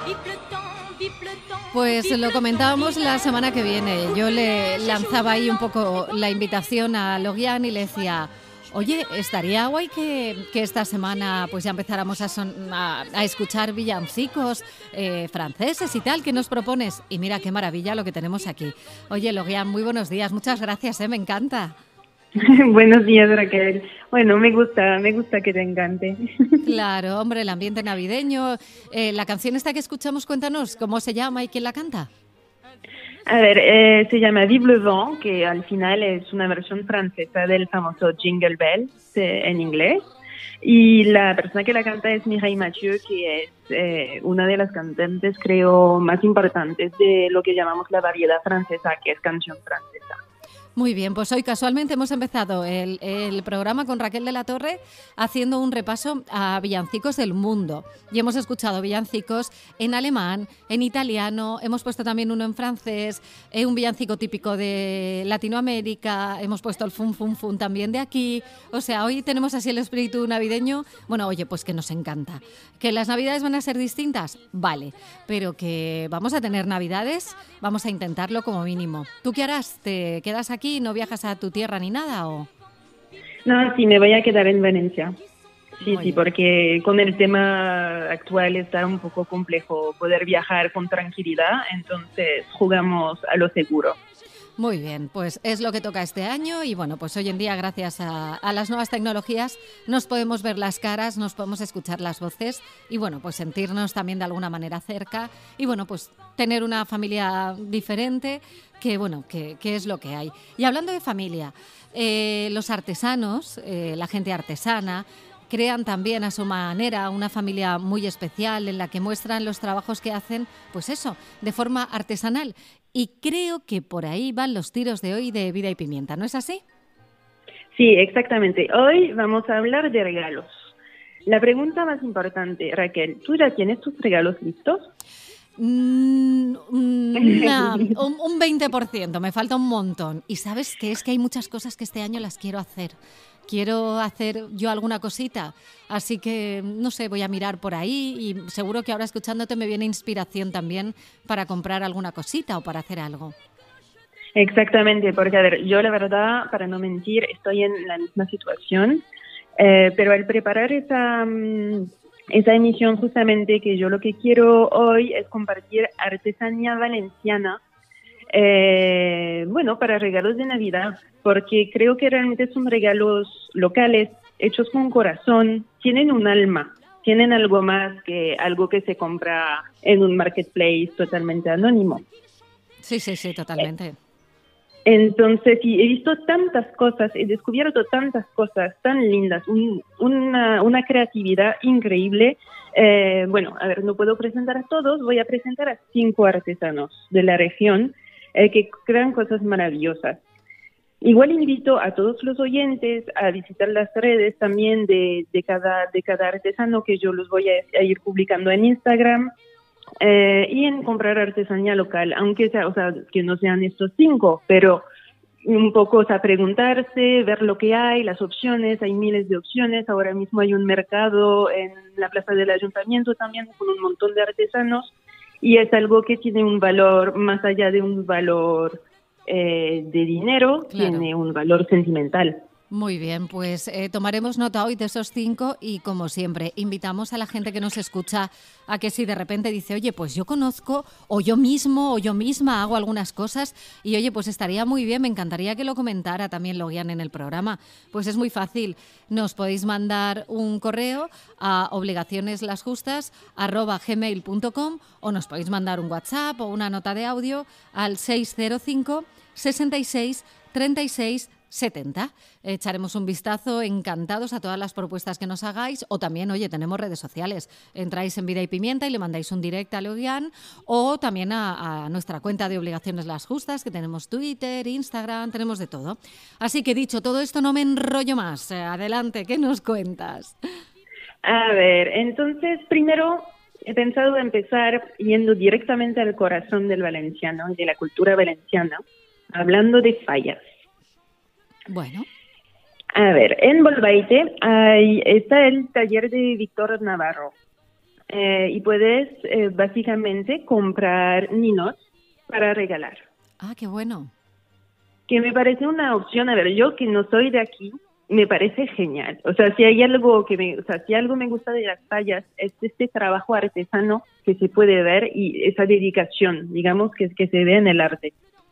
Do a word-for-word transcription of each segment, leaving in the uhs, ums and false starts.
Pues lo comentábamos la semana que viene. Yo le lanzaba ahí un poco la invitación a Lauriane y le decía, oye, estaría guay que, que esta semana pues ya empezáramos a, son, a, a escuchar villancicos eh, franceses y tal. ¿Qué nos propones? Y mira qué maravilla lo que tenemos aquí. Oye, Lauriane, muy buenos días. Muchas gracias, ¿eh? Me encanta. Buenos días, Raquel. Bueno, me gusta, me gusta que te encante. Claro, hombre, el ambiente navideño. Eh, la canción esta que escuchamos, cuéntanos, ¿cómo se llama y quién la canta? A ver, eh, se llama Vive le Vent, que al final es una versión francesa del famoso Jingle Bell eh, en inglés. Y la persona que la canta es Mireille Mathieu, que es eh, una de las cantantes, creo, más importantes de lo que llamamos la variedad francesa, que es canción francesa. Muy bien, pues hoy casualmente hemos empezado el, el programa con Raquel de la Torre haciendo un repaso a villancicos del mundo. Y hemos escuchado villancicos en alemán, en italiano, hemos puesto también uno en francés, eh, un villancico típico de Latinoamérica, hemos puesto el fun fun fun también de aquí. O sea, hoy tenemos así el espíritu navideño. Bueno, oye, pues que nos encanta. ¿Que las navidades van a ser distintas? Vale, pero que vamos a tener navidades, vamos a intentarlo como mínimo. ¿Tú qué harás? ¿Te quedas aquí? ¿No viajas a tu tierra ni nada? ¿O? No, sí, me voy a quedar en Valencia. Sí, Muy sí, bien. porque con el tema actual está un poco complejo poder viajar con tranquilidad, entonces jugamos a lo seguro. Muy bien, pues es lo que toca este año y bueno, pues hoy en día gracias a, a las nuevas tecnologías nos podemos ver las caras, nos podemos escuchar las voces y bueno, pues sentirnos también de alguna manera cerca y bueno, pues tener una familia diferente que bueno, que, que es lo que hay. Y hablando de familia, eh, los artesanos, eh, la gente artesana, crean también a su manera una familia muy especial en la que muestran los trabajos que hacen, pues eso, de forma artesanal. Y creo que por ahí van los tiros de hoy de Vida y Pimienta, ¿no es así? Sí, exactamente. Hoy vamos a hablar de regalos. La pregunta más importante, Raquel, ¿tú ya tienes tus regalos listos? Mm, mm, nah, un, un veinte por ciento, me falta un montón. Y sabes que es que hay muchas cosas que este año las quiero hacer. Quiero hacer yo alguna cosita, así que, no sé, voy a mirar por ahí y seguro que ahora escuchándote me viene inspiración también para comprar alguna cosita o para hacer algo. Exactamente, porque a ver, yo la verdad, para no mentir, estoy en la misma situación, eh, pero al preparar esa, um, esa emisión justamente que yo lo que quiero hoy es compartir artesanía valenciana, eh, bueno, para regalos de Navidad, porque creo que realmente son regalos locales, hechos con corazón, tienen un alma, tienen algo más que algo que se compra en un marketplace totalmente anónimo. Sí, sí, sí, totalmente. Entonces, sí, he visto tantas cosas, he descubierto tantas cosas tan lindas, un, una, una creatividad increíble. Eh, bueno, a ver, no puedo presentar a todos, voy a presentar a cinco artesanos de la región eh, que crean cosas maravillosas. Igual invito a todos los oyentes a visitar las redes también de, de, cada, de cada artesano que yo los voy a, a ir publicando en Instagram. Eh, y en comprar artesanía local, aunque sea, o sea, que no sean estos cinco, pero un poco, o sea, preguntarse, ver lo que hay, las opciones, hay miles de opciones. Ahora mismo hay un mercado en la plaza del ayuntamiento también con un montón de artesanos y es algo que tiene un valor más allá de un valor eh, de dinero, Claro. Tiene un valor sentimental. Muy bien, pues eh, tomaremos nota hoy de esos cinco y como siempre invitamos a la gente que nos escucha a que si de repente dice, oye, pues yo conozco o yo mismo o yo misma hago algunas cosas y oye, pues estaría muy bien, me encantaría que lo comentara también Lauriane en el programa. Pues es muy fácil, nos podéis mandar un correo a obligacioneslasjustas arroba gmail punto com o nos podéis mandar un WhatsApp o una nota de audio al seis cero cinco, sesenta y seis, treinta y seis setenta. Echaremos un vistazo, encantados a todas las propuestas que nos hagáis o también, oye, tenemos redes sociales. Entráis en Vida y Pimienta y le mandáis un direct a Lauriane o también a, a nuestra cuenta de Obligaciones Las Justas, que tenemos Twitter, Instagram, tenemos de todo. Así que dicho todo esto, no me enrollo más. Adelante, ¿qué nos cuentas? A ver, entonces, primero he pensado empezar yendo directamente al corazón del valenciano y de la cultura valenciana, hablando de fallas. Bueno. A ver, en Bolbaite hay, está el taller de Víctor Navarro. eh, y puedes eh, básicamente comprar ninos para regalar. Ah, qué bueno. Que me parece una opción, a ver, yo que no soy de aquí, me parece genial. O sea, si hay algo que me, o sea, si algo me gusta de las tallas es este trabajo artesano que se puede ver y esa dedicación, digamos, que, que se ve en el arte.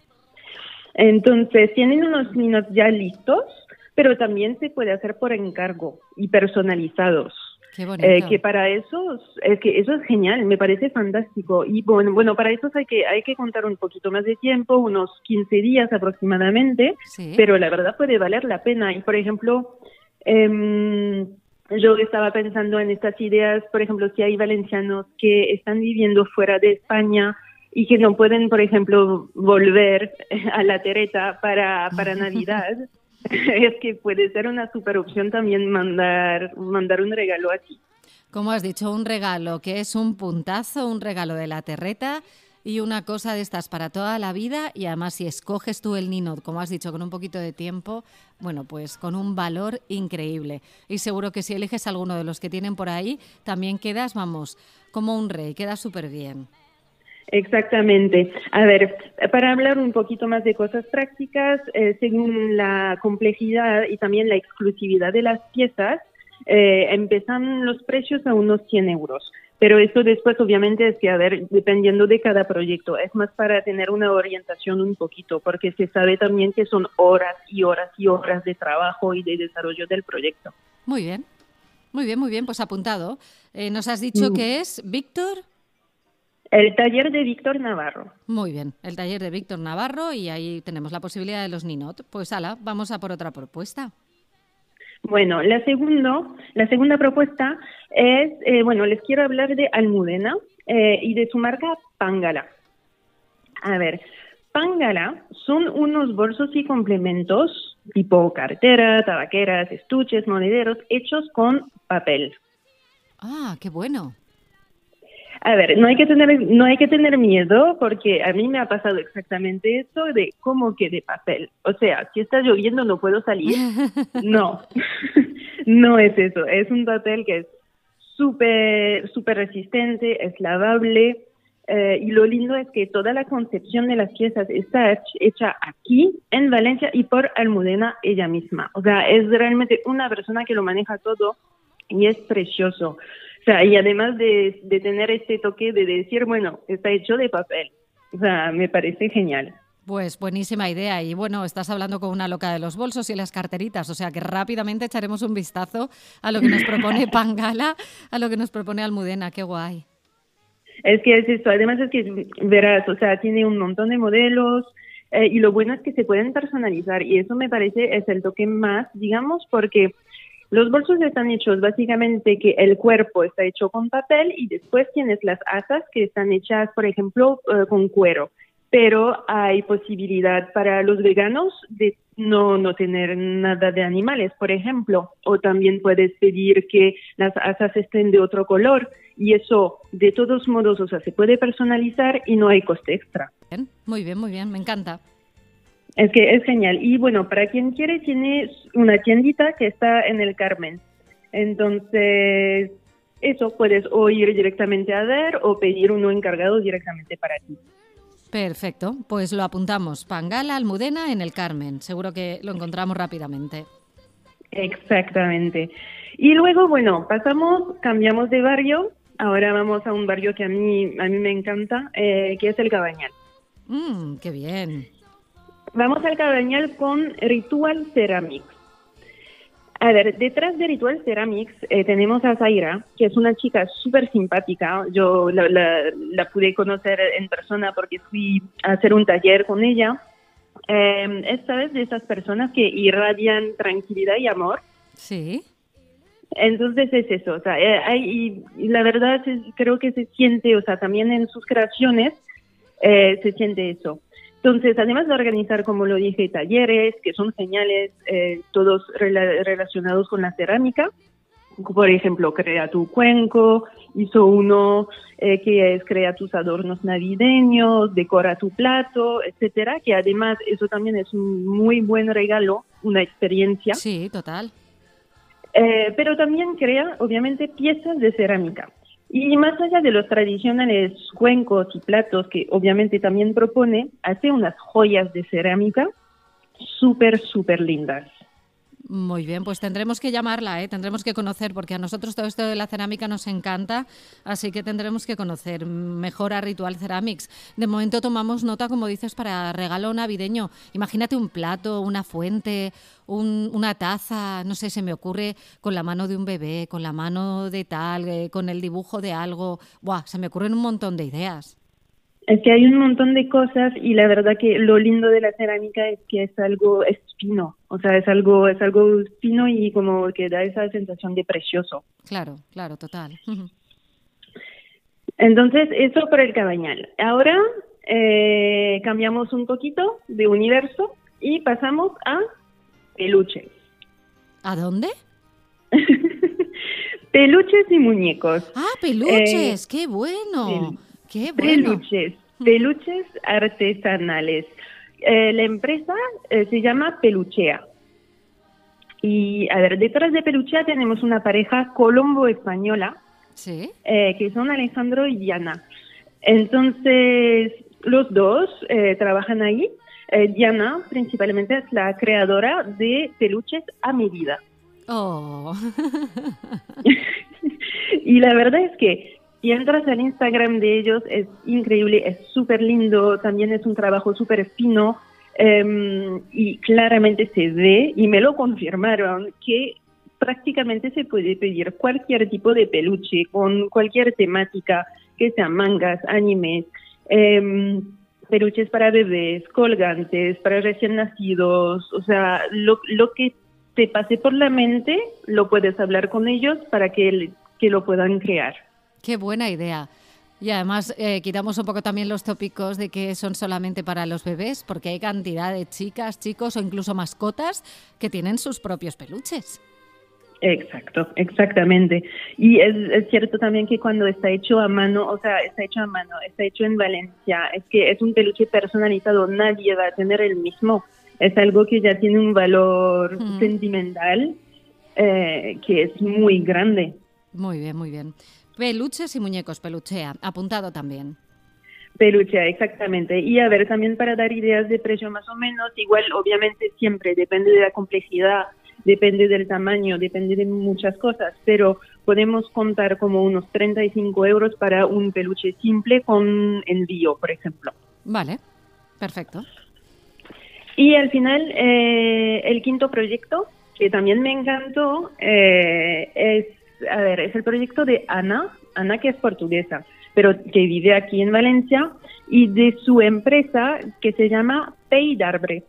Entonces, tienen unos ninos ya listos, pero también se puede hacer por encargo y personalizados. Qué bonito. Eh, que para eso es que eso es genial, me parece fantástico. Y bueno, bueno, para eso hay que hay que contar un poquito más de tiempo, unos quince días aproximadamente, Sí. pero la verdad puede valer la pena. Y por ejemplo, eh, yo estaba pensando en estas ideas, por ejemplo, si hay valencianos que están viviendo fuera de España y que no pueden, por ejemplo, volver a la Tereta para, para Navidad. Es que puede ser una super opción también mandar, mandar un regalo a ti. Como has dicho, un regalo que es un puntazo, un regalo de la terreta y una cosa de estas para toda la vida, y además si escoges tú el nino, como has dicho, con un poquito de tiempo, bueno, pues con un valor increíble. Y seguro que si eliges alguno de los que tienen por ahí, también quedas, vamos, como un rey, quedas súper bien. Exactamente. A ver, para hablar un poquito más de cosas prácticas, eh, según la complejidad y también la exclusividad de las piezas, eh, empiezan los precios a unos cien euros. Pero eso después obviamente es que, a ver, dependiendo de cada proyecto, es más para tener una orientación un poquito, porque se sabe también que son horas y horas y horas de trabajo y de desarrollo del proyecto. Muy bien, muy bien, muy bien, pues apuntado. Eh, nos has dicho mm. que es Víctor... El taller de Víctor Navarro. Muy bien, el taller de Víctor Navarro, y ahí tenemos la posibilidad de los ninot. Pues ala, vamos a por otra propuesta. Bueno, la, segundo, la segunda propuesta es, eh, bueno, les quiero hablar de Almudena eh, y de su marca Pángala. A ver, Pángala son unos bolsos y complementos tipo cartera, tabaqueras, estuches, monederos, hechos con papel. Ah, qué bueno. A ver, no hay que tener no hay que tener miedo, porque a mí me ha pasado exactamente eso de cómo que de papel. O sea, si está lloviendo no puedo salir. No, no es eso. Es un papel que es súper súper resistente, es lavable, eh, y lo lindo es que toda la concepción de las piezas está hecha aquí en Valencia y por Almudena ella misma. O sea, es realmente una persona que lo maneja todo y es precioso. O sea, y además de, de tener este toque de decir, bueno, está hecho de papel. O sea, me parece genial. Pues buenísima idea. Y bueno, estás hablando con una loca de los bolsos y las carteritas, o sea que rápidamente echaremos un vistazo a lo que nos propone Pángala, a lo que nos propone Almudena. ¡Qué guay! Es que es eso. Además es que, verás, o sea, tiene un montón de modelos, eh, y lo bueno es que se pueden personalizar, y eso me parece es el toque más, digamos, porque... Los bolsos están hechos básicamente que el cuerpo está hecho con papel y después tienes las asas que están hechas, por ejemplo, uh, con cuero. Pero hay posibilidad para los veganos de no, no tener nada de animales, por ejemplo. O también puedes pedir que las asas estén de otro color y eso, de todos modos, o sea, se puede personalizar y no hay coste extra. Bien, muy bien, muy bien, me encanta. Es que es genial. Y bueno, para quien quiere, tiene una tiendita que está en el Carmen. Entonces, eso, puedes o ir directamente a ver o pedir uno encargado directamente para ti. Perfecto, pues lo apuntamos. Pángala, Almudena, en el Carmen. Seguro que lo encontramos rápidamente. Exactamente. Y luego, bueno, pasamos, cambiamos de barrio. Ahora vamos a un barrio que a mí, a mí me encanta, eh, que es el Cabañal. Mm, ¡qué bien! Vamos al Cabañal con Ritual Ceramics. A ver, detrás de Ritual Ceramics eh, tenemos a Zaira, que es una chica súper simpática. Yo la, la, la pude conocer en persona porque fui a hacer un taller con ella. Eh, es, ¿sabes? De esas personas que irradian tranquilidad y amor. Sí. Entonces es eso, o sea, eh, hay, y, y la verdad es, creo que se siente, o sea, también en sus creaciones eh, se siente eso. Entonces, además de organizar, como lo dije, talleres que son geniales, eh, todos rela relacionados con la cerámica, por ejemplo, Crea tu Cuenco, hizo uno eh, que es Crea tus adornos navideños, Decora tu plato, etcétera, que además eso también es un muy buen regalo, una experiencia. Sí, total. Eh, pero también crea, obviamente, piezas de cerámica. Y más allá de los tradicionales cuencos y platos que obviamente también propone, hace unas joyas de cerámica súper, súper lindas. Muy bien, pues tendremos que llamarla, ¿eh? Tendremos que conocer, porque a nosotros todo esto de la cerámica nos encanta, así que tendremos que conocer mejor a Ritual Ceramics. De momento tomamos nota, como dices, para regalo navideño. Imagínate un plato, una fuente, un, una taza, no sé, se me ocurre con la mano de un bebé, con la mano de tal, eh, con el dibujo de algo. Buah, se me ocurren un montón de ideas. Es que hay un montón de cosas y la verdad que lo lindo de la cerámica es que es algo, es fino, o sea, es algo, es algo fino y como que da esa sensación de precioso. Claro, claro, total. Entonces, eso por el cabañal. Ahora eh, cambiamos un poquito de universo y pasamos a peluches. ¿A dónde? Peluches y muñecos. Ah, peluches, eh, qué bueno. Sí. Qué bueno. Peluches, peluches artesanales. Eh, la empresa eh, se llama Peluchea. Y, a ver, detrás de Peluchea tenemos una pareja colombo-española, ¿sí? eh, que son Alejandro y Diana. Entonces, los dos eh, trabajan ahí. Eh, Diana, principalmente, es la creadora de peluches a medida. Oh. Y la verdad es que si entras al Instagram de ellos, es increíble, es súper lindo, también es un trabajo súper fino um, y claramente se ve, y me lo confirmaron, que prácticamente se puede pedir cualquier tipo de peluche con cualquier temática, que sean mangas, animes, um, peluches para bebés, colgantes, para recién nacidos, o sea, lo, lo que te pase por la mente, lo puedes hablar con ellos para que, que lo puedan crear. Qué buena idea. Y además eh, quitamos un poco también los tópicos de que son solamente para los bebés, porque hay cantidad de chicas, chicos o incluso mascotas que tienen sus propios peluches. Exacto, exactamente. Y es, es cierto también que cuando está hecho a mano, o sea, está hecho a mano, está hecho en Valencia, es que es un peluche personalizado, nadie va a tener el mismo. Es algo que ya tiene un valor mm. sentimental eh, que es muy grande. Muy bien, muy bien. Peluches y muñecos, Peluchea, apuntado también. Peluchea, exactamente. Y a ver, también para dar ideas de precio más o menos, igual obviamente siempre depende de la complejidad, depende del tamaño, depende de muchas cosas, pero podemos contar como unos treinta y cinco euros para un peluche simple con envío, por ejemplo. Vale, perfecto. Y al final, eh, el quinto proyecto, que también me encantó, eh, es A ver, es el proyecto de Ana, Ana que es portuguesa, pero que vive aquí en Valencia, y de su empresa que se llama Pei d'Arbre.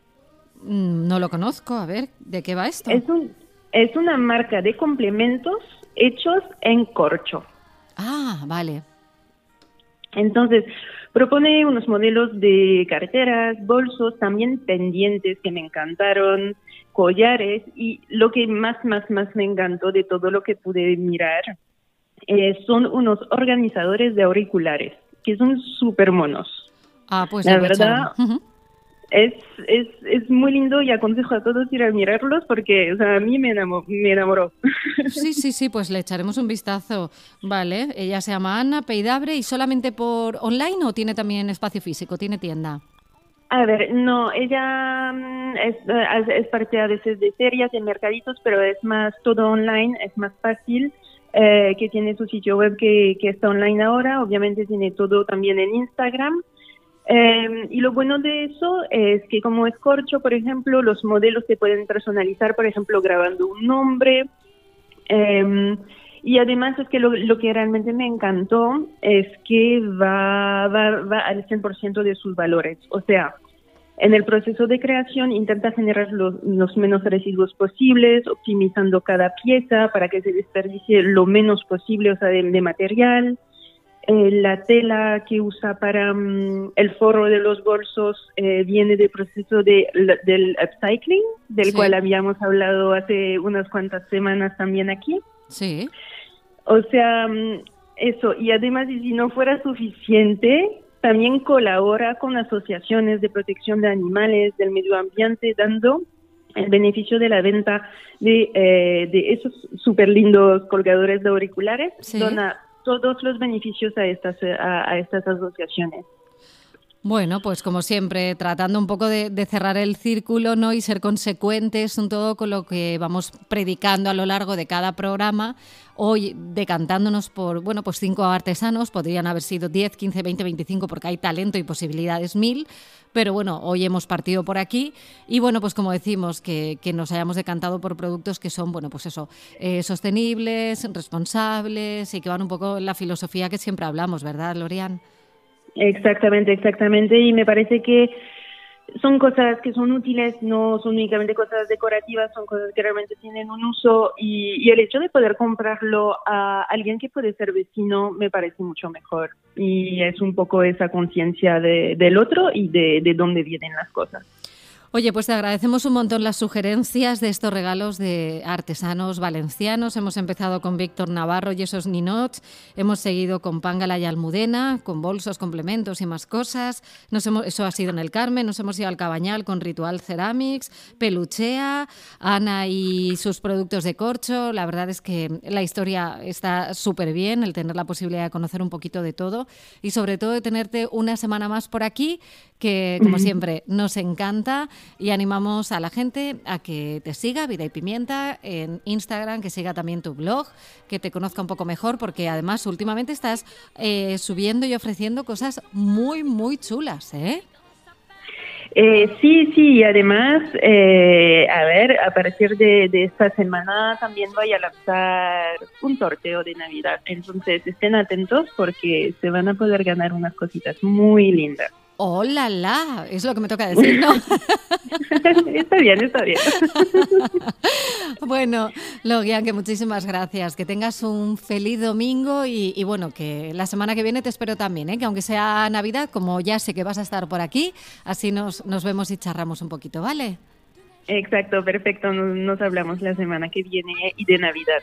No lo conozco, a ver, ¿de qué va esto? Es, un, es una marca de complementos hechos en corcho. Ah, vale. Entonces, propone unos modelos de carteras, bolsos, también pendientes que me encantaron, collares, y lo que más, más, más me encantó de todo lo que pude mirar eh, son unos organizadores de auriculares, que son súper monos. Ah, pues la verdad, uh-huh. es, es, es muy lindo y aconsejo a todos ir a mirarlos porque, o sea, a mí me enamoró. Me enamoró. Sí, sí, sí, pues le echaremos un vistazo. Vale, ella se llama Ana Pei d'Arbre, ¿y solamente por online o tiene también espacio físico, tiene tienda? A ver, no, ella es, es parte a veces de ferias, de mercaditos, pero es más todo online, es más fácil, eh, que tiene su sitio web que, que está online ahora, obviamente tiene todo también en Instagram. Eh, y lo bueno de eso es que como es corcho, por ejemplo, los modelos se pueden personalizar, por ejemplo, grabando un nombre. Eh, y además es que lo, lo que realmente me encantó es que va, va, va al cien por ciento de sus valores. O sea, en el proceso de creación intenta generar los, los menos residuos posibles, optimizando cada pieza para que se desperdicie lo menos posible, o sea, de, de material. Eh, la tela que usa para um, el forro de los bolsos eh, viene del proceso de, del upcycling, del sí. cual habíamos hablado hace unas cuantas semanas también aquí. Sí. O sea, eso. Y además, y si no fuera suficiente, también colabora con asociaciones de protección de animales, del medio ambiente, dando el beneficio de la venta de, eh, de esos súper lindos colgadores de auriculares. Sí. Dona todos los beneficios a estas, a, a estas asociaciones. Bueno, pues como siempre, tratando un poco de, de cerrar el círculo, ¿no? Y ser consecuentes en todo con lo que vamos predicando a lo largo de cada programa. Hoy decantándonos por, bueno, pues cinco artesanos, podrían haber sido diez, quince, veinte, veinticinco, porque hay talento y posibilidades mil, pero bueno, hoy hemos partido por aquí y bueno, pues como decimos, que, que nos hayamos decantado por productos que son, bueno, pues eso, eh, sostenibles, responsables y que van un poco en la filosofía que siempre hablamos, ¿verdad, Lorian? Exactamente, exactamente, y me parece que son cosas que son útiles, no son únicamente cosas decorativas, son cosas que realmente tienen un uso y, y el hecho de poder comprarlo a alguien que puede ser vecino me parece mucho mejor y es un poco esa conciencia de, del otro y de, de dónde vienen las cosas. Oye, pues te agradecemos un montón las sugerencias de estos regalos de artesanos valencianos. Hemos empezado con Víctor Navarro y esos ninots, hemos seguido con Pángala y Almudena, con bolsos, complementos y más cosas. Nos hemos, eso ha sido en el Carmen, nos hemos ido al Cabañal con Ritual Ceramics, Peluchea, Ana y sus productos de corcho. La verdad es que la historia está súper bien, el tener la posibilidad de conocer un poquito de todo y sobre todo de tenerte una semana más por aquí, que como siempre nos encanta. Y animamos a la gente a que te siga, Vida y Pimienta, en Instagram, que siga también tu blog, que te conozca un poco mejor, porque además últimamente estás eh, subiendo y ofreciendo cosas muy, muy chulas, ¿eh? Eh, sí, sí, y además, eh, a ver, a partir de, de esta semana también voy a lanzar un sorteo de Navidad, entonces estén atentos porque se van a poder ganar unas cositas muy lindas. ¡Oh, la, la! Es lo que me toca decir, ¿no? Está bien, está bien. Bueno, Lorian, que muchísimas gracias. Que tengas un feliz domingo y, y bueno, que la semana que viene te espero también, ¿eh? Que aunque sea Navidad, como ya sé que vas a estar por aquí, así nos, nos vemos y charramos un poquito, ¿vale? Exacto, perfecto. Nos, nos hablamos la semana que viene y de Navidad.